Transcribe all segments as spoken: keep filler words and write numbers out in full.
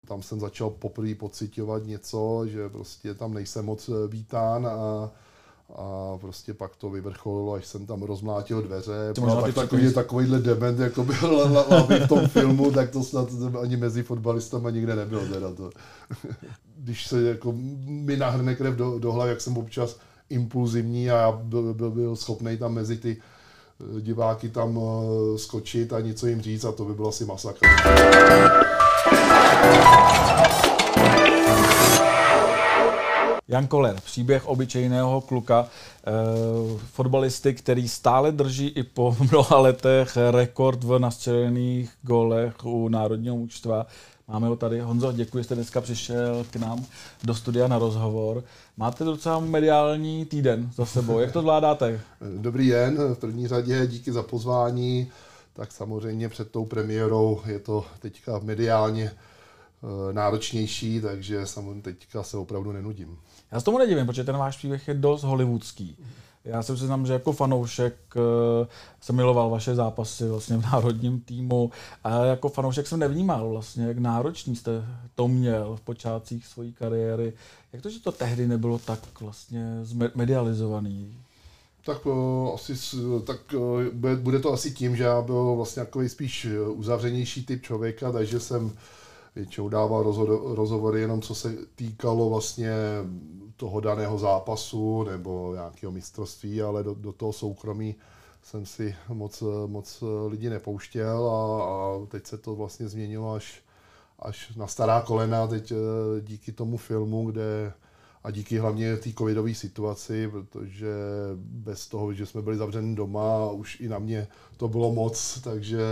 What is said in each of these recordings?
tam jsem začal poprvé pociťovat něco, že prostě tam nejsem moc vítán a a prostě pak to vyvrcholilo, až jsem tam rozmlátil dveře. A pak takový, takovýhle dement, jako byl Lavy v tom filmu, tak to snad ani mezi fotbalistama nikde nebylo. Teda to. Když se jako mi nahrne krev do, do hlavy, jak jsem občas impulzivní a já byl, byl, byl schopnej tam mezi ty diváky tam skočit a něco jim říct a to by bylo asi masakr. Jan Koller, příběh obyčejného kluka, eh, fotbalisty, který stále drží i po mnoha letech rekord v nastřelených gólech u národního mužstva. Máme ho tady. Honzo, děkuji, že jste dneska přišel k nám do studia na rozhovor. Máte docela mediální týden za sebou. Jak to zvládáte? Dobrý den, v první řadě díky za pozvání. Tak samozřejmě před tou premiérou je to teďka mediálně náročnější, takže samozřejmě teďka se opravdu nenudím. Já se tomu nedivím, protože ten váš příběh je dost hollywoodský. Já si přiznám, že jako fanoušek jsem miloval vaše zápasy vlastně v národním týmu a jako fanoušek jsem nevnímal vlastně, jak náročný jste to měl v počátcích své kariéry. Jak to, že to tehdy nebylo tak vlastně medializovaný? Tak, uh, asi, tak uh, bude to asi tím, že já byl vlastně takový spíš uzavřenější typ člověka, takže jsem většinou dával rozhovory jenom co se týkalo vlastně toho daného zápasu nebo nějakého mistrovství, ale do, do toho soukromí jsem si moc, moc lidi nepouštěl a, a teď se to vlastně změnilo až, až na stará kolena teď díky tomu filmu, kde a díky hlavně té covidové situaci, protože bez toho, že jsme byli zavřeni doma, už i na mě to bylo moc, takže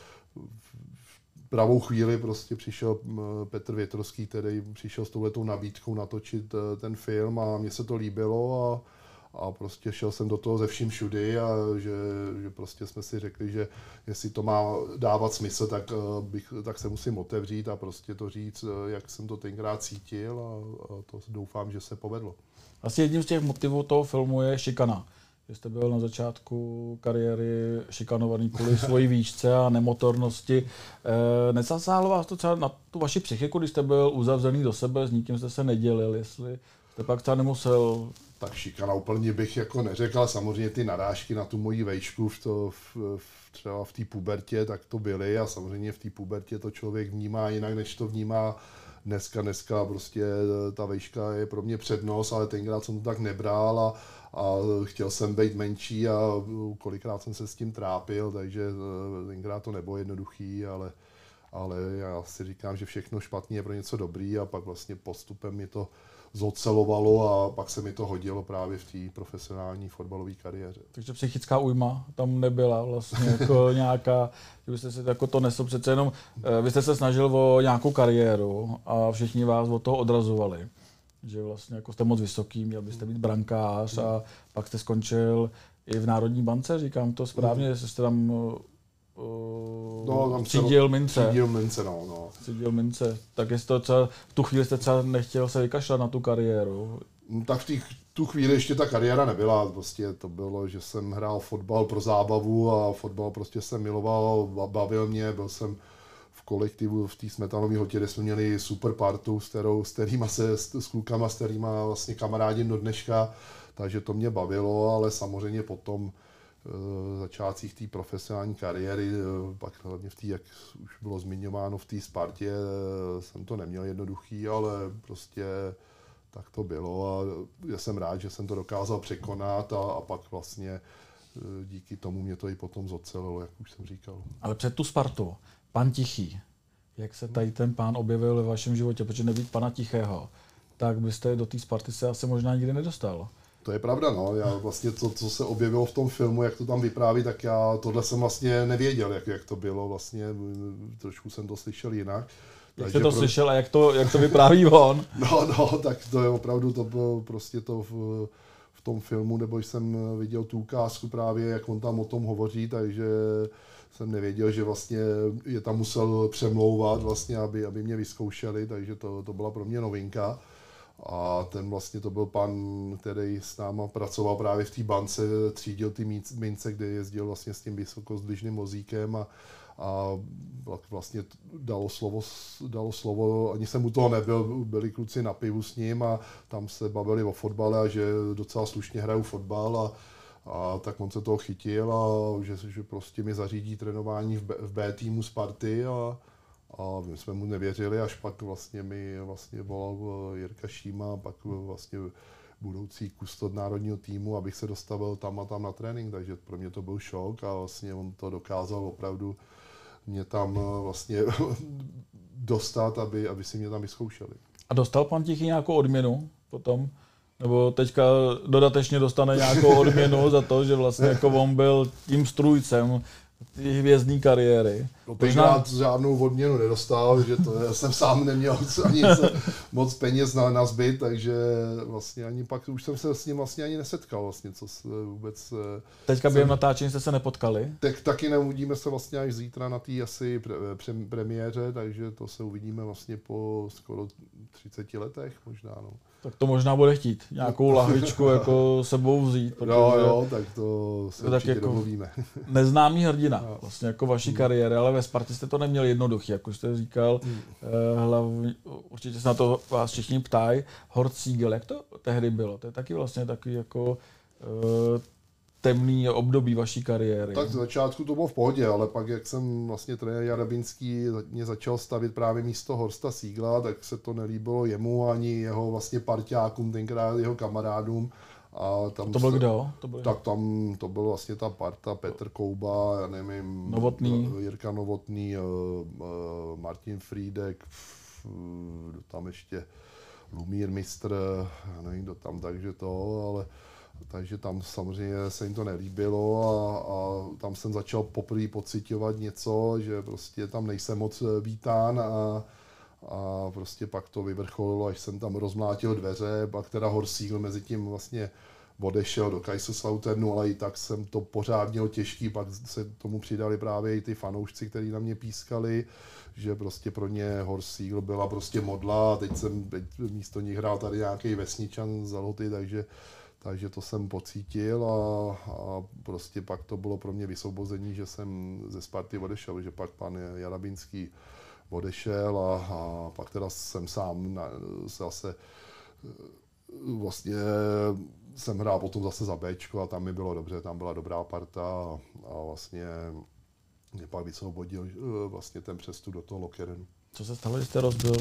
pravou chvíli prostě přišel Petr Větrovský, který přišel s touhletou nabídkou natočit ten film a mně se to líbilo a, a prostě šel jsem do toho ze vším všudy a že, že prostě jsme si řekli, že jestli to má dávat smysl, tak, bych, tak se musím otevřít a prostě to říct, jak jsem to tenkrát cítil a, a to doufám, že se povedlo. Asi jedním z těch motivů toho filmu je šikana. Vy jste byl na začátku kariéry šikanovaný kvůli svojí výšce a nemotornosti. E, nezasáhlo vás to třeba na tu vaši psychiku, když jste byl uzavřený do sebe, s nikým jste se nedělil, jestli jste pak třeba nemusel... Tak šikana úplně bych jako neřekl, samozřejmě ty narážky na tu moji vejšku v to, v, v, třeba v té pubertě, tak to byly a samozřejmě v té pubertě to člověk vnímá jinak, než to vnímá dneska. Dneska prostě ta vejška je pro mě přednost, ale tenkrát jsem to tak nebral a a chtěl jsem být menší a kolikrát jsem se s tím trápil, takže tenkrát to nebylo jednoduchý, ale, ale já si říkám, že všechno špatný je pro něco dobrý a pak vlastně postupem mi to zocelovalo a pak se mi to hodilo právě v té profesionální fotbalové kariéře. Takže psychická újma tam nebyla vlastně jako nějaká, že byste se jako to nesl, přece jenom vy jste se snažil o nějakou kariéru a všichni vás od toho odrazovali. Že vlastně jako jste moc vysoký, měl byste být brankář a pak jste skončil i v Národní bance, říkám to správně, jestli jste tam, uh, no, tam cídil mince. Cídil mince, no. no. Cídil mince. Tak jestli to třeba, v tu chvíli jste třeba nechtěl se vykašlat na tu kariéru. No, tak v tý, tu chvíli ještě ta kariéra nebyla, prostě to bylo, že jsem hrál fotbal pro zábavu a fotbal prostě jsem miloval, bavil mě, byl jsem v kolektivu v té Smetanové hotě, kde jsme měli super partu, s, kterou, s kterýma se, s, s klukama, s kterýma vlastně kamarádím do dneška, takže to mě bavilo, ale samozřejmě potom e, začátcích té profesionální kariéry, e, pak hlavně v té, jak už bylo zmiňováno, v té Spartě, e, jsem to neměl jednoduchý, ale prostě tak to bylo a já jsem rád, že jsem to dokázal překonat a, a pak vlastně e, díky tomu mě to i potom zocelilo, jak už jsem říkal. Ale před tu Spartu, pan Tichý, jak se tady ten pán objevil ve vašem životě, protože nebýt pana Tichého, tak byste do té Sparty se asi možná nikdy nedostal. To je pravda, no. Já vlastně to, co se objevilo v tom filmu, jak to tam vypráví, tak já tohle jsem vlastně nevěděl, jak, jak to bylo. Vlastně trošku jsem to slyšel jinak. Jak jste to pro... slyšel a jak to, jak to vypráví on? No, no, tak to je opravdu, to bylo prostě to v, v tom filmu, nebo jsem viděl tu ukázku právě, jak on tam o tom hovoří, takže jsem nevěděl, že vlastně je tam musel přemlouvat, vlastně, aby, aby mě vyzkoušeli, takže to, to byla pro mě novinka. A ten vlastně to byl pan, který s náma pracoval právě v té bance, třídil ty mince, kde jezdil vlastně s tím vysokozdvižným vozíkem a, a vlastně dalo slovo, dalo slovo, ani jsem u toho nebyl, byli kluci na pivu s ním a tam se bavili o fotbale a že docela slušně hraju fotbal a, a tak on se toho chytil a že, že prostě mi zařídí trénování v B, v B týmu Sparty a, a my jsme mu nevěřili, až pak vlastně mi vlastně volal Jirka Šíma, pak vlastně budoucí kustod národního týmu, abych se dostavil tam a tam na trénink, takže pro mě to byl šok a vlastně on to dokázal opravdu mě tam vlastně dostat, aby, aby si mě tam vyzkoušeli. A dostal pan Tichý nějakou odměnu potom? Nebo teďka dodatečně dostane nějakou odměnu za to, že vlastně jako on byl tím strůjcem hvězdní kariéry? No, tenkrát žádnou odměnu nedostal, že to já jsem sám neměl ani moc peněz na, na zbyt, takže vlastně ani pak už jsem se s ním vlastně ani nesetkal vlastně, co se vůbec... Teďka během natáčení jste se nepotkali? Tak taky neuvidíme se vlastně až zítra na té asi pre, pre, premiéře, takže to se uvidíme vlastně po skoro třiceti letech možná, no. Tak to možná bude chtít nějakou lahvičku jako sebou vzít. Jo, jo, tak to se to určitě tak jako domluvíme. Neznámý hrdina vlastně jako vaší kariéry, ale ve Spartě jste to neměl jednoduchý, jak už jste říkal. Hmm. Hlavně, určitě se na to vás všichni ptají. Horst Siegel, jak to tehdy bylo? To je taky vlastně takový jako uh, temný období vaší kariéry. Tak z začátku to bylo v pohodě, ale pak, jak jsem vlastně trenér Jarabinský mě začal stavit právě místo Horsta Siegla, tak se to nelíbilo jemu ani jeho vlastně parťákům, tenkrát jeho kamarádům. A tam to byl se, kdo? To byl... Tak tam to byl vlastně ta parta Petr Kouba, já nevím, Novotný. Jirka Novotný, Martin Frýdek, tam ještě Lumír Mistr, já nevím, kdo tam, takže to, ale takže tam samozřejmě se jim to nelíbilo a, a tam jsem začal poprvé pociťovat něco, že prostě tam nejsem moc vítán a, a prostě pak to vyvrcholilo, až jsem tam rozmlátil dveře, pak teda Horst Siegel mezi tím vlastně odešel do Kaiserslauternu, ale i tak jsem to pořád měl těžký, pak se tomu přidali právě i ty fanoušci, kteří na mě pískali, že prostě pro ně Horst Siegel byla prostě modla a teď jsem teď místo nich hrál tady nějaký vesničan z Zaloty, takže Takže to jsem pocítil a, a prostě pak to bylo pro mě vysvobození, že jsem ze Sparty odešel, že pak pan Jarabinský odešel a, a pak teda jsem sám na, zase vlastně jsem hrál potom zase za Bčko a tam mi bylo dobře, tam byla dobrá parta a, a vlastně mě pak vysvobodil vlastně ten přestup do toho Lokerenu. Co se stalo, že jste rozbil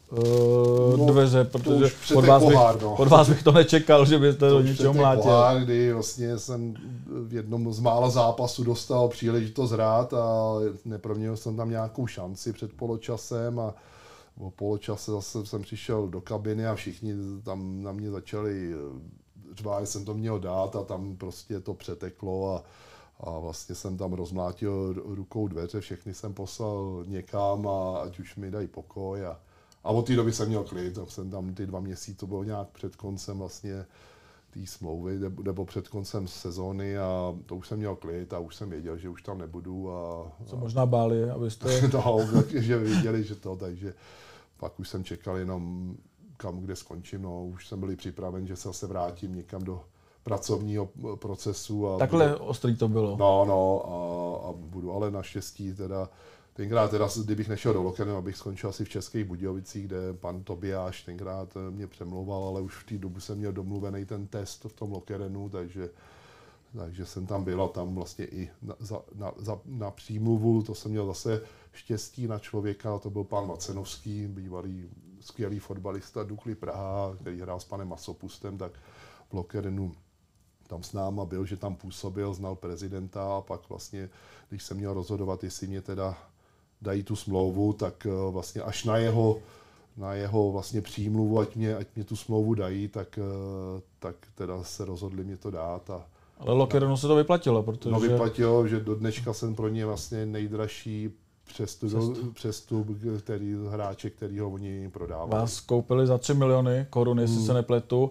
uh, no, dveře, protože od vás, pohár, bych, no. od vás bych to nečekal, že byste to do něčeho mlátil. Pohár, kdy vlastně jsem v jednom z mála zápasů dostal příležitost hrát a neproměnil jsem tam nějakou šanci před poločasem a po poločase zase jsem přišel do kabiny a všichni tam na mě začali řvát, že jsem to měl dát a tam prostě to přeteklo a A vlastně jsem tam rozmlátil rukou dveře, všechny jsem poslal někam a ať už mi dají pokoj. A, a od té doby jsem měl klid, jsem tam ty dva měsíce, to bylo nějak před koncem vlastně té smlouvy, nebo před koncem sezóny a to už jsem měl klid a už jsem věděl, že už tam nebudu. A, Co možná báli, abyste... no, že věděli, že to, takže pak už jsem čekal jenom kam, kde skončím, no, už jsem byl připraven, že se zase vrátím někam do pracovního procesu. A Takhle budu, ostrý to bylo. No, no, a, a budu, ale naštěstí teda, tenkrát teda, kdybych nešel do Lokerenu, abych skončil asi v Českých Budějovicích, kde pan Tobiáš tenkrát mě přemlouval, ale už v té dobu jsem měl domluvený ten test v tom Lokerenu, takže, takže jsem tam byl a tam vlastně i na, za, na, za, na přímluvu, to jsem měl zase štěstí na člověka, to byl pan Macenovský, bývalý skvělý fotbalista Dukly Praha, který hrál s panem Masopustem, tak v Lokerenu tam s náma byl, že tam působil, znal prezidenta a pak vlastně, když jsem měl rozhodovat, jestli mě teda dají tu smlouvu, tak vlastně až na jeho, na jeho vlastně přímluvu, ať mě, ať mě tu smlouvu dají, tak, tak teda se rozhodli mě to dát. A, ale Lokerenu se to vyplatilo, protože... No vyplatilo, že do dneška jsem pro ně vlastně nejdražší přestup, přestup. přestup který, hráče, který ho oni prodávali. Vás koupili za tři miliony korun, jestli hmm. se nepletu.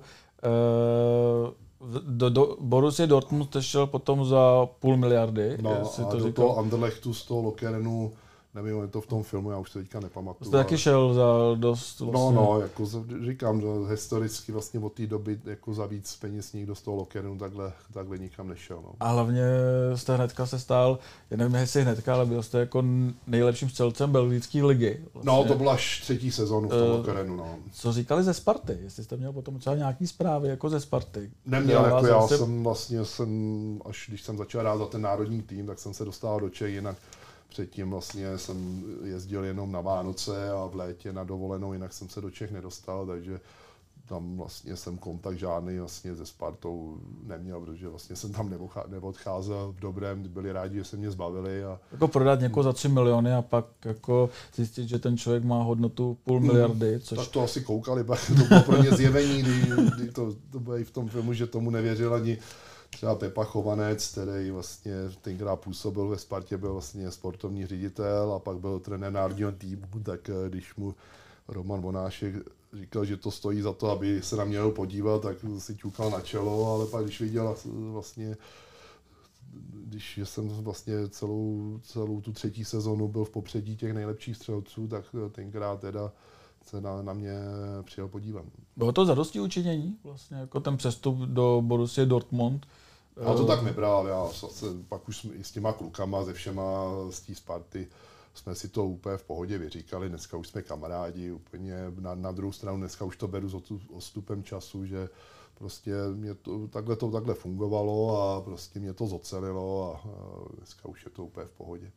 E- Do, do Borussia Dortmund jste šel potom za půl miliardy. No a to do říkal. toho Anderlechtu z toho Lokerenu nevím, je to v tom filmu, já už to teďka nepamatuju. Jste taky šel za dost vlastně... No, no, jako říkám, že historicky vlastně od té doby jako za víc peněz nikdo z toho lokeru takhle, takhle nikam nešel. No. A hlavně jste hnedka se stál, já nevím, jestli hnedka, ale byl jste jako nejlepším střelcem belgické ligy. Vlastně. No, to byla až třetí sezónu v tom uh, lokeru, no. Co říkali ze Sparty? Jestli jste měl potom třeba nějaký zprávy jako ze Sparty? Neměl, jako já zase... jsem vlastně, jsem, až když jsem začal hrát za ten národní tým, tak jsem se dostal do Čech, jinak předtím vlastně jsem jezdil jenom na Vánoce a v létě na dovolenou, jinak jsem se do Čech nedostal, takže tam vlastně jsem kontakt žádný vlastně se Spartou neměl, protože vlastně jsem tam neodcházel v dobrém, byli rádi, že se mě zbavili. A... Jako prodat někoho za tři miliony a pak jako zjistit, že ten člověk má hodnotu půl miliardy, což... Tak to asi koukali, pak to bylo pro ně zjevení, kdy, kdy to, to bylo i v tom filmu, že tomu nevěřil ani třeba Pepa Chovanec, který vlastně tenkrát působil ve Spartě, byl vlastně sportovní ředitel a pak byl trenér národního týmu, tak když mu Roman Vonášek říkal, že to stojí za to, aby se na mě měl podívat, tak si ťukal na čelo, ale pak když viděl vlastně, když jsem vlastně celou, celou tu třetí sezonu byl v popředí těch nejlepších střelců, tak tenkrát teda se na, na mě přijel podívat. Bylo to zadosti učinění, vlastně jako ten přestup do Borussia Dortmund? A to tak nebral, já se, pak už s těma klukama, ze všema z té Sparty jsme si to úplně v pohodě vyříkali, dneska už jsme kamarádi, úplně na, na druhou stranu dneska už to beru s odstupem času, že prostě mě to, takhle to takhle fungovalo a prostě mě to zocelilo a, a dneska už je to úplně v pohodě.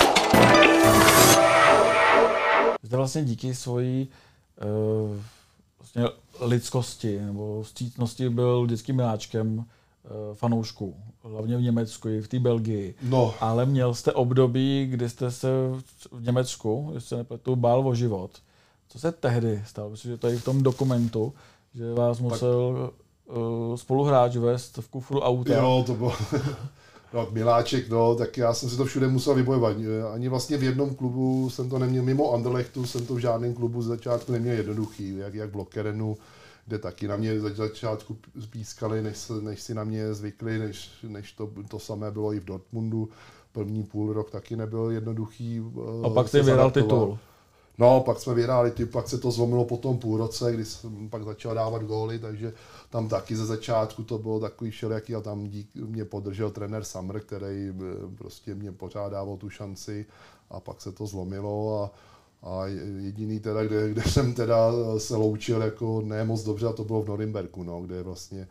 Jste vlastně díky svojí uh, vlastně lidskosti nebo vstřícnosti byl vždycky miláčkem uh, fanoušků, hlavně v Německu i v té Belgii. No. Ale měl jste období, kdy jste se v Německu, když se nepletu, bál o život. Co se tehdy stalo? Myslím, že to je v tom dokumentu, že vás musel uh, spoluhráč vést v kufru auta. Jo, to bylo... No, miláček, no, tak já jsem si to všude musel vybojovat. Ani vlastně v jednom klubu jsem to neměl, mimo Anderlechtu jsem to v žádném klubu z začátku neměl jednoduchý, jak, jak v Lokerenu, kde taky na mě za začátku pískali, než, než si na mě zvykli, než, než to, to samé bylo i v Dortmundu. První půl rok taky nebyl jednoduchý. A pak jsi vyhrál titul. No, pak jsme vyhráli, pak se to zlomilo po tom půl roce, kdy jsem pak začal dávat góly, takže tam taky ze začátku to bylo takový všelijaký a tam dík, mě podržel trenér Samr, který prostě mě pořád dával tu šanci a pak se to zlomilo a, a jediný teda, kde, kde jsem teda se loučil jako ne moc dobře a to bylo v Norimberku, no, kde vlastně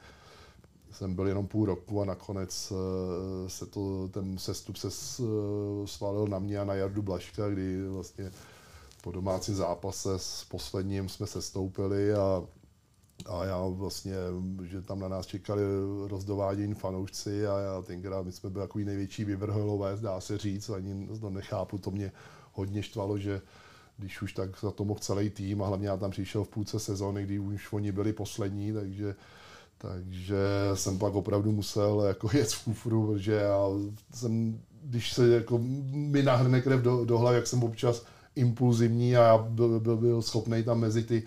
jsem byl jenom půl roku a nakonec se to, ten sestup se svalil na mě a na Jardu Blaška, kdy vlastně po domácím zápase s posledním jsme sestoupili a, a já vlastně, že tam na nás čekali rozdovádění fanoušci a já tenkrát, my jsme byli takový největší vyvrholové, dá se říct, ani to nechápu, to mě hodně štvalo, že když už tak za to mohl celý tým a hlavně já tam přišel v půlce sezóny, kdy už oni byli poslední, takže takže jsem pak opravdu musel jako jet v kufru, protože já jsem, když se jako mi nahrne krev do, do hlavy, jak jsem občas impulzivní a já byl, byl, byl schopný tam mezi ty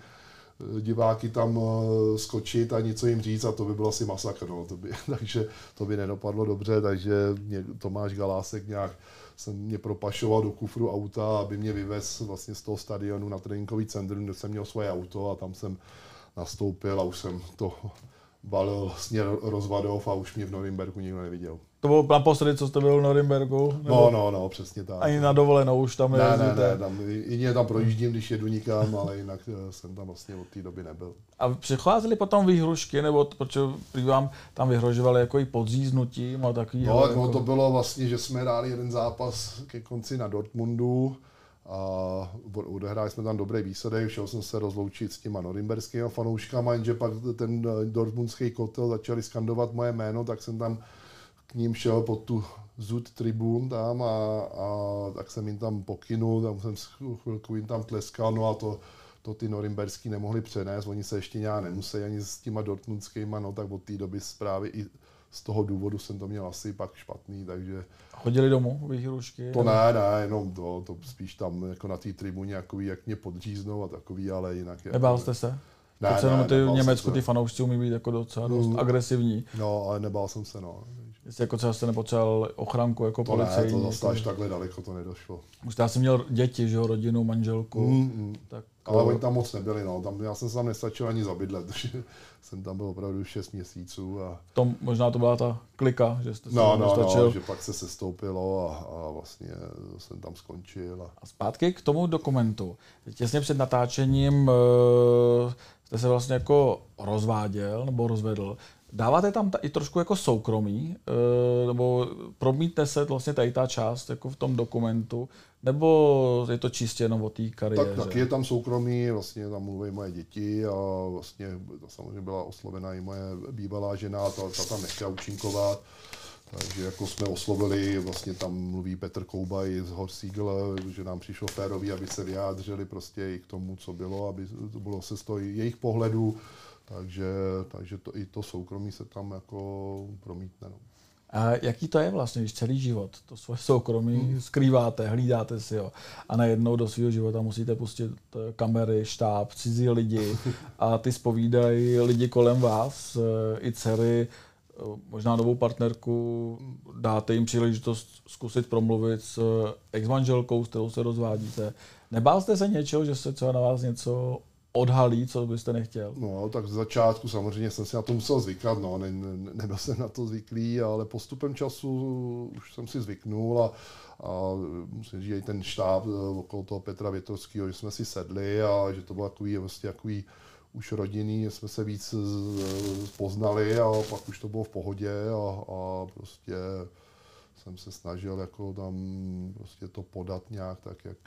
diváky tam skočit a něco jim říct a to by bylo asi masakr, no, to by, takže to by nedopadlo dobře, takže mě Tomáš Galásek nějak jsem mě propašoval do kufru auta, aby mě vyvez vlastně z toho stadionu na tréninkový centrum, kde jsem měl svoje auto a tam jsem nastoupil a už jsem to balil směr Rozvadov a už mě v Norimberku nikdo neviděl. To bylo naposledy, co jste byl v Norimberku? No, no, no, přesně tak. Ani na dovolenou už tam nejezdíte? Ne, ne, ne, tam, jině tam projíždím, když jedu nikam, ale jinak jsem tam vlastně od té doby nebyl. A přicházely potom výhrušky, nebo protože vám tam vyhrožovali jako i podříznutím a takový? No, jako... no, to bylo vlastně, že jsme hráli jeden zápas ke konci na Dortmundu a odehráli jsme tam dobrý výsledek, šel jsem se rozloučit s těma norimberskými fanouškama, jenže pak ten dortmundský kotel začali skandovat moje jméno, tak jsem tam k ním šel pod tu Zud tribun tam a, a tak jsem jim tam pokynul, tam jsem chvilku jim tam tleskal, no a to, to ty norimberský nemohli přenést, oni se ještě nějak nemuseli ani s těma dortmundskýma, no tak od té doby právě i z toho důvodu jsem to měl asi pak špatný, takže... Chodili domů výhrušky? To ne, ne, jenom to, to spíš tam jako na té tribuně, jakový, jak mě podříznou a takový, ale jinak... Nebál jste se? Ne, ne, ne, ty v Německu ty fanoušci umí být jako docela dost mm, agresivní. No, ale nebál jsem se, no. Jestli jako třeba jste nepotřeboval ochranku jako to policejní. Ne, to zase až takhle daleko to nedošlo. Už já jsem měl děti, že jo, rodinu, manželku. Mm, mm. Tak, ale oni tam moc nebyli, no. Tam, já jsem se tam nestačil ani zabydlet, protože jsem tam byl opravdu šest měsíců. A... Tom, možná to byla ta klika, že jste se no, tam no, nestačil. No, že pak se sestoupilo a, a vlastně jsem tam skončil. A... a zpátky k tomu dokumentu. Těsně před natáčením uh, jste se vlastně jako rozváděl nebo rozvedl. Dáváte tam ta, i trošku jako soukromí, uh, nebo promítne se vlastně tady ta část jako v tom dokumentu, nebo je to čistě jenom o té kariéře? Tak taky je tam soukromí, vlastně tam mluví moje děti a vlastně to samozřejmě byla oslovena i moje bývalá žena, ta, ta tam nechtěla účinkovat. Takže jako jsme oslovili, vlastně tam mluví Petr Koubaj z Horsiegel, že nám přišlo férový, aby se vyjádřili prostě i k tomu, co bylo, aby to bylo se z toho jejich pohledu. Takže, takže to, i to soukromí se tam jako promítne. No. A jaký to je vlastně, když celý život to svoje soukromí hmm. skrýváte, hlídáte si ho a najednou do svého života musíte pustit kamery, štáb, cizí lidi a ty zpovídají lidi kolem vás, i dcery, možná novou partnerku, dáte jim příležitost zkusit promluvit s ex-manželkou, s kterou se rozvádíte. Nebál jste se něčeho, že se třeba na vás něco odhalí, co byste nechtěl? No, tak z začátku samozřejmě jsem si na to musel zvykat, no, ne, ne, nebyl jsem na to zvyklý, ale postupem času už jsem si zvyknul a, a musím říct, že i ten štáb okolo toho Petra Větrovského, že jsme si sedli a že to bylo takový, vlastně takový už rodinný, že jsme se víc poznali a pak už to bylo v pohodě a, a prostě jsem se snažil jako tam prostě to podat nějak tak, jak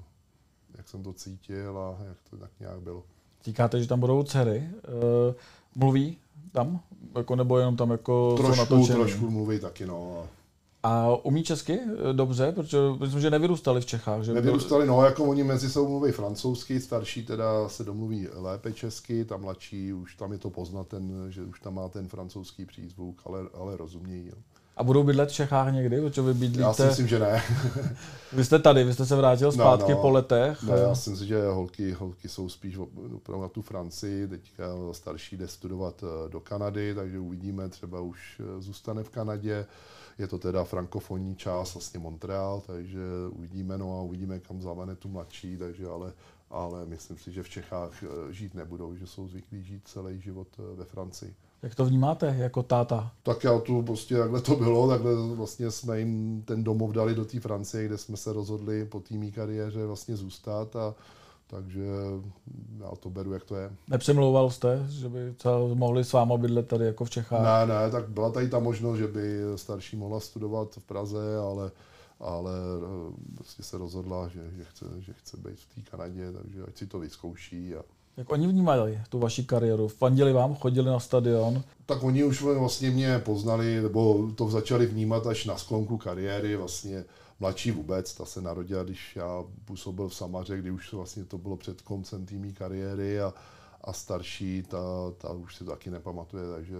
jak jsem to cítil a jak to tak nějak bylo. Říkáte, že tam budou dcery. E, mluví tam? Jako, nebo jenom tam jako trošku, trošku mluví taky, no. A umí česky dobře? Protože myslím, že nevyrůstali v Čechách. Že nevyrůstali, no, jako oni mezi sebou mluví francouzsky, starší teda se domluví lépe česky, ta mladší, už tam je to poznat, ten, že už tam má ten francouzský přízvuk, ale, ale rozumějí. Jo. A budou bydlet v Čechách někdy? Protože vy bydlíte... Já si myslím, že ne. Vy jste tady, vy jste se vrátil zpátky no, no, po letech. Ne, já si myslím, že holky, holky jsou spíš opravdu na tu Francii, teďka starší jde studovat do Kanady, takže uvidíme, třeba už zůstane v Kanadě. Je to teda frankofonní část, vlastně Montreal, takže uvidíme, no a uvidíme, kam zavane tu mladší, takže ale, ale myslím si, že v Čechách žít nebudou, že jsou zvyklí žít celý život ve Francii. Jak to vnímáte jako táta? Tak já tu prostě, takhle to bylo, takhle vlastně jsme jim ten domov dali do té Francie, kde jsme se rozhodli po té mý kariéře vlastně zůstat a takže já to beru, jak to je. Nepřemlouval jste, že by mohli s váma bydlet tady jako v Čechách? Ne, ne, tak byla tady ta možnost, že by starší mohla studovat v Praze, ale, ale prostě se rozhodla, že, že, chce, že chce být v té Kanadě, takže ať si to vyzkouší. A... Jak oni vnímali tu vaši kariéru? Fandili vám, chodili na stadion? Tak oni už vlastně mě poznali, nebo to začali vnímat až na sklonku kariéry, vlastně mladší vůbec, ta se narodila, když já působil v Samaře, kdy už vlastně to bylo před koncem té mý kariéry a, a starší, ta, ta už si to taky nepamatuje, takže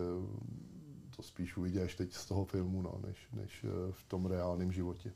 to spíš uvidíš teď z toho filmu, no, než, než v tom reálném životě.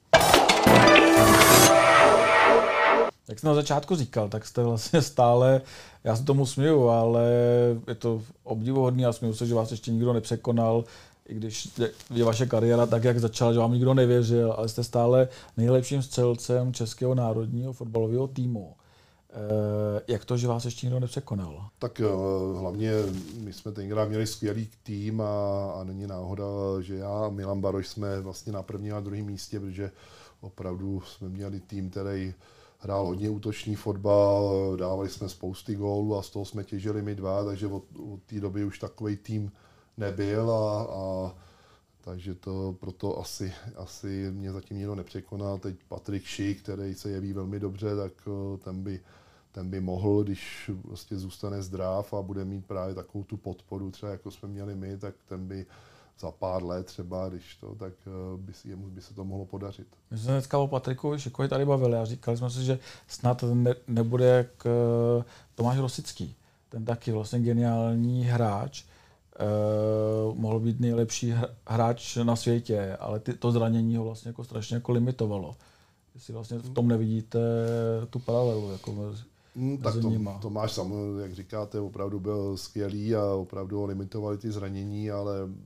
Jak jste na začátku říkal, tak jste vlastně stále, já se tomu směju, ale je to obdivuhodný a směju se, že vás ještě nikdo nepřekonal, i když je vaše kariéra tak, jak začala, že vám nikdo nevěřil, ale jste stále nejlepším střelcem českého národního fotbalového týmu. Jak to, že vás ještě nikdo nepřekonal? Tak hlavně my jsme tenkrát měli skvělý tým a, a není náhoda, že já a Milan Baroš jsme vlastně na prvním a druhém místě, protože opravdu jsme měli tým, který hrál hodně útočný fotbal, dávali jsme spousty gólů a z toho jsme těžili my dva, takže od, od té doby už takový tým nebyl a, a takže to proto asi, asi mě zatím nikdo nepřekoná. Teď Patrik Šik, který se jeví velmi dobře, tak ten by, ten by mohl, když vlastně zůstane zdrav a bude mít právě takovou tu podporu, třeba jako jsme měli my, tak ten by za pár let třeba, když to, tak by, si, jemu by se to mohlo podařit. My jsme dneska o Patriku Šikovi tady bavili a říkali jsme si, že snad ne, nebude jak Tomáš Rosický. Ten taky vlastně geniální hráč. Uh, mohl být nejlepší hráč na světě, ale ty, to zranění ho vlastně jako strašně jako limitovalo. Jestli vlastně v tom nevidíte tu paralelu jako mezi, hmm, tak to, Tomáš samozřejmě, jak říkáte, opravdu byl skvělý a opravdu ho limitovali ty zranění, ale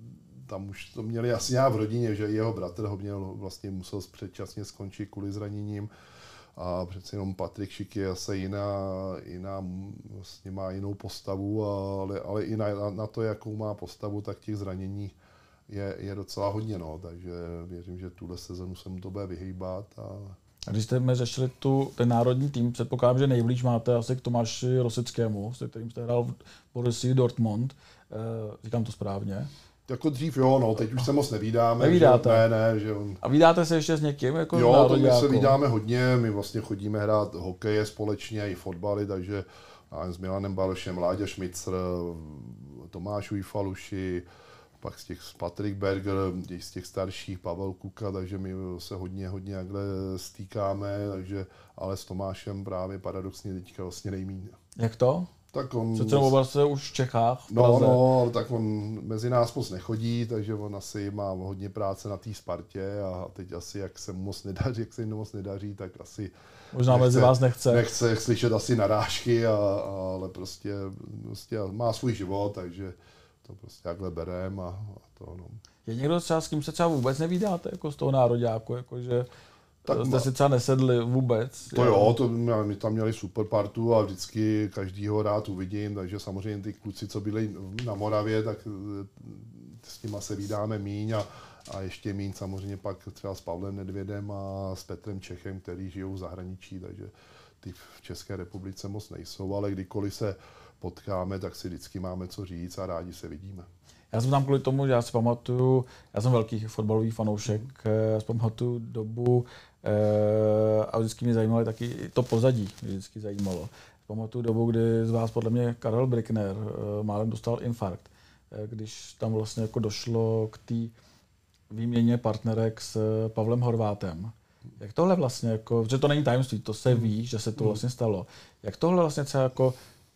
tam už to měli asi nějak v rodině, že jeho bratr ho měl, vlastně musel předčasně skončit kvůli zraněním. A přece jenom Patrik Šik je asi jiná, jiná vlastně má jinou postavu, ale, ale i na, na to, jakou má postavu, tak těch zranění je, je docela hodně, no, takže věřím, že tuhle sezonu se mu to bude vyhýbat. A... a když jste mi řešili tu, ten národní tým, předpokládám, že nejblíž máte asi k Tomáši Rosickému, se kterým jste hrál v Borussii Dortmund, e, říkám to správně. Jako dřív jo, no, teď už se moc nevídáme. Nevídáte? Že, ne, ne, že on... A vídáte se ještě s někým? Jako jo, to my se vídáme hodně, my vlastně chodíme hrát hokeje společně i fotbaly, takže s Milanem Balošem, Láďa Šmicr, Tomáš Ujfaluši, pak z těch Patrik Berger, z těch starších Pavel Kuka, takže my se hodně, hodně jakhle stýkáme, takže, ale s Tomášem právě paradoxně teďka vlastně nejmíň. Jak to? Tak on... Přece oba se už v Čechách, v No, no, tak on mezi nás moc nechodí, takže on asi má hodně práce na té Spartě a teď asi, jak se mu moc nedaří, jak se jim moc nedaří, tak asi... Možná nechce, mezi vás nechce. Nechce slyšet asi narážky, a, a, ale prostě, prostě má svůj život, takže to prostě takhle berem a, a to, no. Je někdo třeba, s kým se třeba vůbec nevídáte, jako z toho nároďáku, jakože... Tak jste ma... si třeba nesedli vůbec. To jo, to my tam měli super partu a vždycky každýho rád uvidím, takže samozřejmě ty kluci, co byli na Moravě, tak s nima se vídáme míň a, a ještě míň samozřejmě pak třeba s Pavlem Nedvědem a s Petrem Čechem, který žijou v zahraničí, takže ty v České republice moc nejsou, ale kdykoliv se potkáme, tak si vždycky máme co říct a rádi se vidíme. Já jsem tam kvůli tomu, že já si pamatuju, já jsem velký fotbalový fanoušek, já si pamatuju dobu a vždycky mě zajímalo taky to pozadí, mě vždycky zajímalo. Pamatuju dobu, kdy z vás podle mě Karel Brickner málem dostal infarkt, když tam vlastně jako došlo k té výměně partnerek s Pavlem Horvátem. Jak tohle vlastně, jako, že to není tajemství, to se ví, že se to vlastně stalo. Jak tohle vlastně třeba jako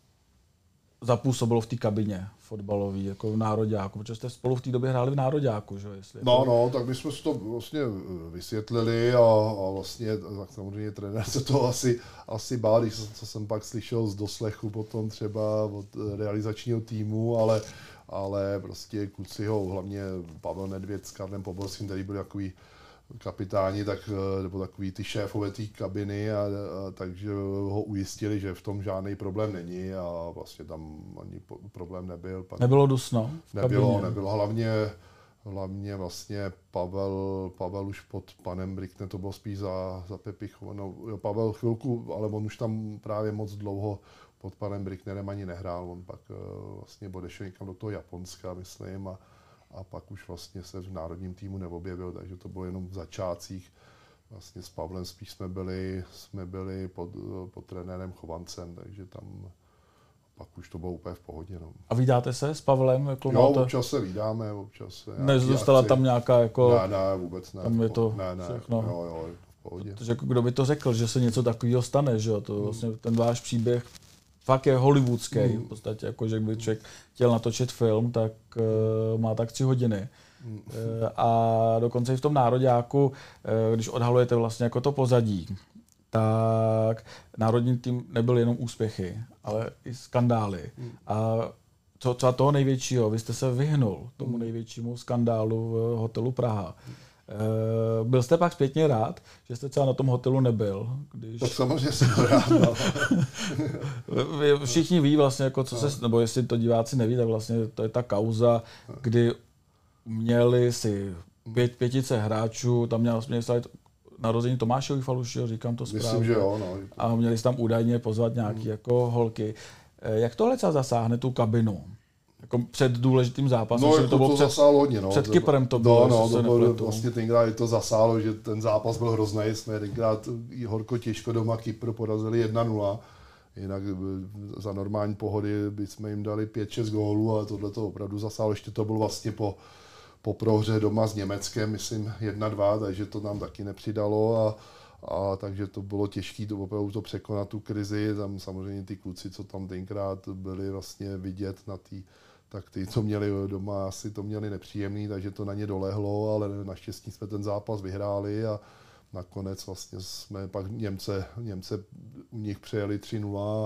zapůsobilo v té kabině fotbalový, jako v nároďáku, protože jste spolu v té době hráli v nároďáku, že? Jestli no, jako... no, tak my jsme si to vlastně vysvětlili a, a vlastně tak samozřejmě trenér se to asi, asi bál, když co jsem pak slyšel z doslechu potom třeba od realizačního týmu, ale, ale prostě kluci ho, hlavně Pavel Nedvěd s Karlem Poborským, který byli takový kapitáni, tak, nebo takový ty šéfové té kabiny, a, a, takže ho ujistili, že v tom žádný problém není a vlastně tam ani problém nebyl. Pak nebylo dusno? Nebylo, nebylo. Hlavně, hlavně vlastně Pavel, Pavel už pod panem Brickner, to bylo spíš za, za Pepichu. No, Pavel chvilku, ale on už tam právě moc dlouho pod panem Bricknerem ani nehrál. On pak vlastně odešel někam do toho Japonska, myslím, a a pak už vlastně se v národním týmu neobjevil, takže to bylo jenom v začátcích. Vlastně s Pavlem spíš jsme byli, jsme byli pod, pod trenérem Chovancem, takže tam pak už to bylo úplně v pohodě. No. A vídáte se s Pavlem? Jako jo, máte... občas se vídáme, občas se... Nezůstala tam nějaká jako... Ne, ne, vůbec ne. Tam je to ne, ne, všechno. Jo, jo, v pohodě. Protože jako kdo by to řekl, že se něco takového stane, že jo? To vlastně ten váš příběh fakt je hollywoodský, mm. v podstatě, jako že kdyby člověk chtěl natočit film, tak uh, má tak tři hodiny. Mm. Uh, a dokonce i v tom nároďáku, uh, když odhalujete vlastně jako to pozadí, tak národní tým nebyl jenom úspěchy, ale i skandály. Mm. A co, co toho největšího, vy jste se vyhnul tomu největšímu skandálu v hotelu Praha. Uh, byl jste pak zpětně rád, že jste třeba na tom hotelu nebyl? Když... Tak samozřejmě jsem rád. No. Všichni ví vlastně, jako co se, nebo jestli to diváci neví, tak vlastně to je ta kauza, kdy měli si pět, pětice hráčů, tam měl měli narození Tomáše Ujfalušiho, říkám to správně. Myslím, že jo. No. A měli si tam údajně pozvat nějaký hmm. jako holky. Jak tohle třeba zasáhne tu kabinu? Jako před důležitým zápasem. No, jako to bylo to před, zasálo hodně. No. Před Kyprem to bylo, no, no, to bylo vlastně tenkrát to zasálo, že ten zápas byl hrozný. Jsme tenkrát horko těžko doma Kypr porazili jedna nula. Jinak za normální pohody bychom jim dali pět šest gólů, ale tohle to opravdu zasálo. Ještě to bylo vlastně po, po prohře doma s Německem, myslím jedna dva, takže to nám taky nepřidalo. A, a takže to bylo těžké to opravdu to překonat tu krizi. Tam samozřejmě ty kluci, co tam tenkrát byli vlastně vidět na té, tak ty, co měli doma, asi to měli nepříjemný, takže to na ně dolehlo, ale naštěstí jsme ten zápas vyhráli a nakonec vlastně jsme pak Němce, Němce u nich přejeli tři nula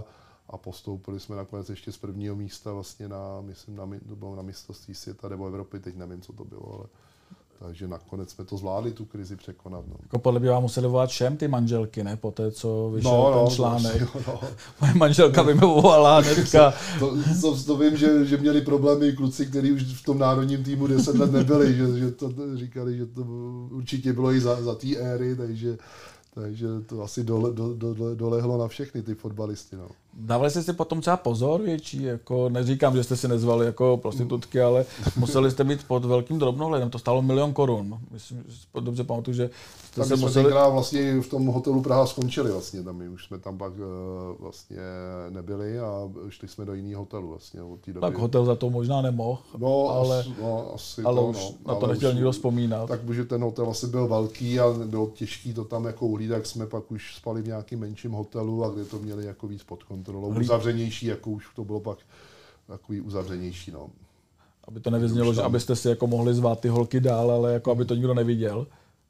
a postoupili jsme nakonec ještě z prvního místa vlastně na, myslím, na, to bylo na mistrovství světa nebo Evropy, teď nevím, co to bylo, ale takže nakonec jsme to zvládli, tu krizi překonat. No. Jako podle mě vám museli volat všem ty manželky, ne? Po té, co vyšel no, ten no, článek. No, no. Moje manželka by mi volala hnedka. To, to, to vím, že, že měli problémy i kluci, kteří už v tom národním týmu deset let nebyli, že, že to říkali, že to určitě bylo i za, za té éry, takže Takže to asi dole, do, do, dolehlo na všechny ty fotbalisty. No. Dávali jste si potom třeba pozor větší? Jako, neříkám, že jste si nezvali jako prostitutky, ale museli jste být pod velkým drobnohledem. To stálo milion korun. Myslím, že dobře pamatuju, že jste tam se jsme museli... tenkrát vlastně v tom hotelu Praha skončili vlastně. Tam my už jsme tam pak uh, vlastně nebyli a šli jsme do jiného hotelu vlastně od té doby. Tak hotel za to možná nemohl, no, ale, as, no, asi ale to, už no, na to ale nechtěl už, nikdo vzpomínat. Tak, protože ten hotel asi byl velký a bylo těžký to tam jako uhlídat, tak jsme pak už spali v nějakým menším hotelu a kde to měli jako víc pod kontrolou. Hlí... Uzavřenější, jako už to bylo pak takový uzavřenější. No. Aby to nevyznělo, že abyste si jako mohli zvát ty holky dál, ale jako aby to nikdo neviděl.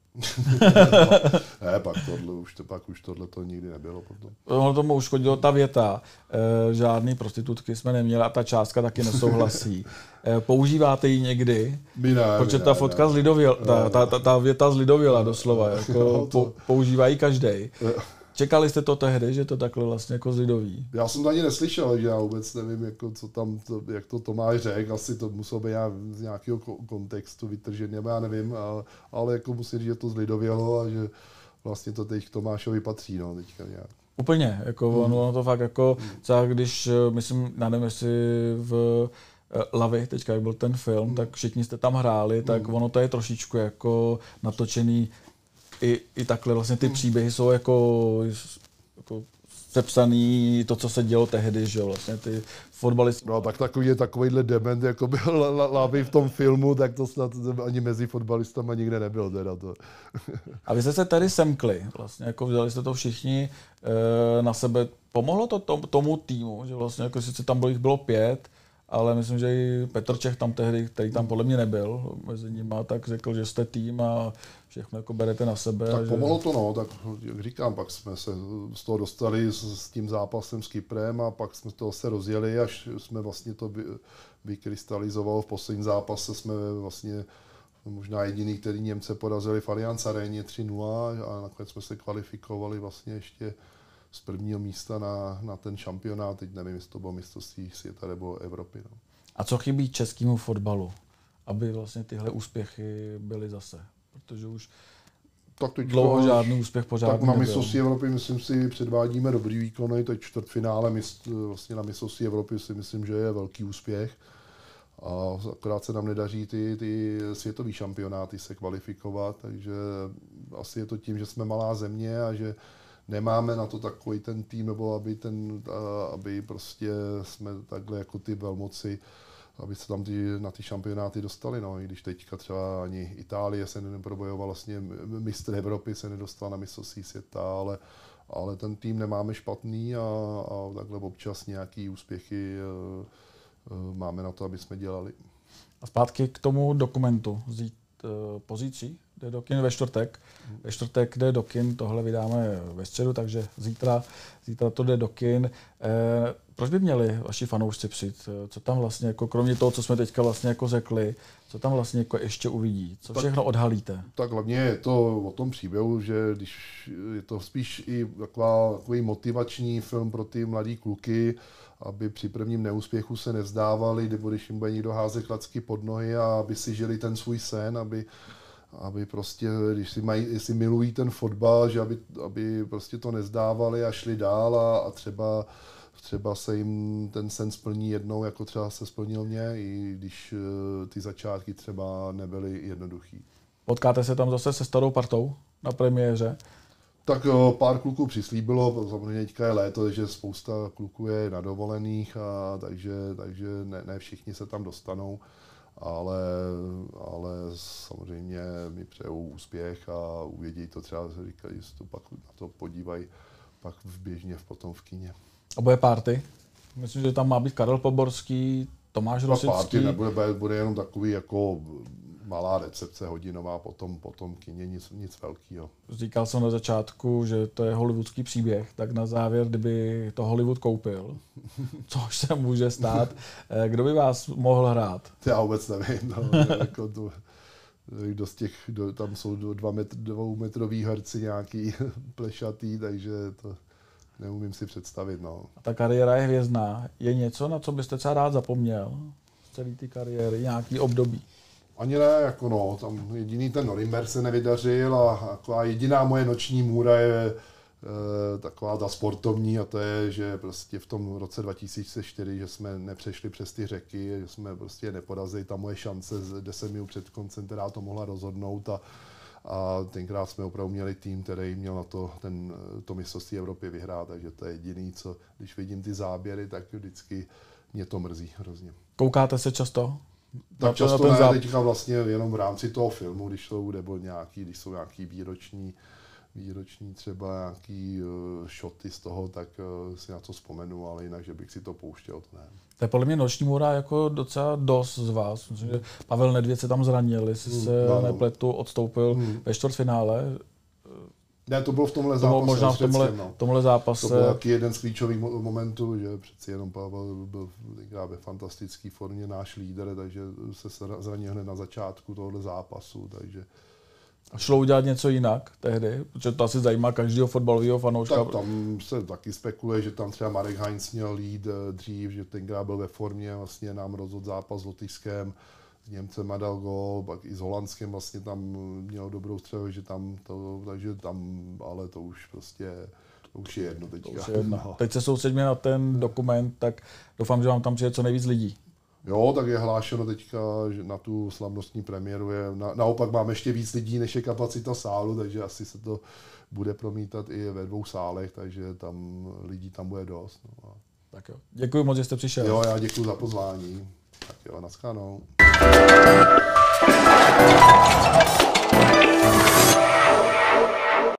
ne, pak tohle už, to, pak už tohle to nikdy nebylo. Potom. Ono tomu už chodilo ta věta, e, žádný prostitutky jsme neměli a ta částka taky nesouhlasí. E, používáte ji někdy? My ne, protože my ta ne, fotka ne. z Lidověla, ta, ta, ta, ta věta z Lidověla doslova, jako no, to... po, používají každej. Čekali jste to tehdy, že to takhle vlastně jako z Lidový? Já jsem to ani neslyšel, že já vůbec nevím, jako, co tam, to, jak to Tomáš řekl, asi to muselo být z nějakého kontextu vytržené, já nevím, ale, ale jako musím říct, že to z Lidovělo a že vlastně to teď k Tomášovi patří, no, teďka nějak. Úplně, jako hmm. ono to fakt jako, třeba když, myslím, nevím, jestli v Lavi, teďka jak byl ten film, hmm. tak všichni jste tam hráli, tak hmm. ono to je trošičku jako natočený. I, I takhle vlastně ty příběhy jsou jako, jako sepsaný, to, co se dělo tehdy, že jo, vlastně ty fotbalisti. No tak takový je takovýhle dement, jako byl Lavi v tom filmu, tak to snad ani mezi fotbalistama nikde nebyl teda to. A vy jste se tady semkli, vlastně jako vzali jste to všichni e, na sebe. Pomohlo to tom, tomu týmu, že vlastně jako sice tam bylo, jich bylo pět, ale myslím, že i Petr Čech tam tehdy, který tam podle mě nebyl mezi nimi, tak řekl, že jste tým a všechno jako berete na sebe. Tak že... pomohlo to, no, tak jak říkám, pak jsme se z toho dostali s, s tím zápasem s Kyprem a pak jsme to se rozjeli, až jsme vlastně to vy, vykrystalizovalo. V posledním zápase jsme vlastně možná jediný, který Němce porazili v Allianz Aréně tři nula a nakonec jsme se kvalifikovali vlastně ještě z prvního místa na, na ten šampionát, teď nevím, jestli to bylo mistrovství světa nebo Evropy. No. A co chybí českému fotbalu, aby vlastně tyhle úspěchy byly zase? Protože už tak teď dlouho žádný úspěch pořádný Tak na mistrovství Evropy, myslím si, předvádíme dobrý výkony, to je čtvrtfinále mist, vlastně na mistrovství Evropy si myslím, že je velký úspěch. A akorát se nám nedaří ty, ty světový šampionáty se kvalifikovat, takže asi je to tím, že jsme malá země a že nemáme na to takový ten tým, nebo aby, ten, aby prostě jsme takhle jako ty velmoci, aby se tam ty, na ty šampionáty dostali. No. I když teďka třeba ani Itálie se neprobojovala, vlastně mistr Evropy se nedostal na mistrovství světa, ale, ale ten tým nemáme špatný a, a takhle občas nějaký úspěchy máme na to, aby jsme dělali. A zpátky k tomu dokumentu. Zít, pozítří jde do kin ve čtvrtek. Ve čtvrtek jde do kin, tohle vydáme ve středu, takže zítra, zítra to jde do kin. Eh, proč by měli vaši fanoušci přijít? Co tam vlastně, jako kromě toho, co jsme teďka vlastně jako řekli, co tam vlastně jako ještě uvidí? Co všechno tak, odhalíte? Tak hlavně je to o tom příběhu, že když je to spíš i taková, takový motivační film pro ty mladý kluky, aby při prvním neúspěchu se nevzdávali, nebo když jim bude někdo házet klacky pod nohy a aby si žili ten svůj sen, aby, aby prostě, když si mají, jestli milují ten fotbal, že aby, aby prostě to nezdávali a šli dál a, a třeba, třeba se jim ten sen splní jednou, jako třeba se splnil mě, i když ty začátky třeba nebyly jednoduchý. Potkáte se tam zase se starou partou na premiéře? Tak jo, pár kluků přislíbilo, samozřejmě teďka je léto, takže spousta kluků je na dovolených, a takže, takže ne, ne všichni se tam dostanou, ale, ale samozřejmě mi přejou úspěch a uvědí to třeba, říkají, že se to pak na to podívají pak v běžně potom v kině. A bude party? Myslím, že tam má být Karel Poborský, Tomáš Rosický. Party nebude, bude jenom takový jako malá recepce hodinová, potom, potom kyně, nic, nic velkého. Říkal jsem na začátku, že to je hollywoodský příběh, tak na závěr, kdyby to Hollywood koupil, což se může stát, kdo by vás mohl hrát? Já vůbec nevím. No, jako to, kdo z těch, kdo, tam jsou dva metr, dvoumetrový herci nějaký plešatý, takže to neumím si představit. No. A ta kariéra je hvězdná. Je něco, na co byste třeba rád zapomněl z celé té kariéry, nějaký období? Ani ne, jako no, tam jediný ten Norimberg se nevydařil a, jako a jediná moje noční můra je e, taková ta sportovní a to je, že prostě v tom roce dva tisíce čtyři, že jsme nepřešli přes ty řeky, že jsme prostě neporazili, ta moje šance deset minut před koncem, která to mohla rozhodnout a, a tenkrát jsme opravdu měli tým, který měl na to ten, to mistrovství Evropy vyhrát, takže to je jediný, co, když vidím ty záběry, tak vždycky mě to mrzí hrozně. Koukáte se často? Tak často ne, záp... teďka vlastně jenom v rámci toho filmu, když jsou, nebo nějaký, když jsou nějaký výroční, výroční třeba nějaký uh, shoty z toho, tak uh, si na to vzpomenu, ale jinak, že bych si to pouštěl, to ne. To je podle mě noční můra jako docela dost z vás. Myslím, že Pavel Nedvěd se tam zranil, jestli se no, nepletu, odstoupil hmm. ve čtvrtfinále. Ne, to bylo v tomhle zápase. Možná v tomhle, no. tomhle zápase. To byl taky jeden z klíčových momentů, že přeci jenom Pavel byl ve fantastické formě, náš lídr, takže se zranil hned na začátku tohohle zápasu. Takže... A šlo udělat něco jinak tehdy? Protože to asi zajímá každého fotbalového fanouška. Tak tam se taky spekuluje, že tam třeba Marek Heinz měl lead dřív, že tenkrát byl ve formě, vlastně nám rozhodl zápas s Lotyšskem. S Němcem a dal gól, pak i s Holandskem vlastně tam měl dobrou střelu, že tam to, takže tam, ale to už prostě, to už je jedno teďka. To už je jedno. No. Teď se soustředíme na ten dokument, tak doufám, že vám tam přijde co nejvíc lidí. Jo, tak je hlášeno teďka, že na tu slavnostní premiéru je, na, naopak máme ještě víc lidí, než je kapacita sálu, takže asi se to bude promítat i ve dvou sálech, takže tam lidí tam bude dost. No. Tak jo, děkuji moc, že jste přišel. Jo, já děkuji za pozvání. Tak jo, naschledanou.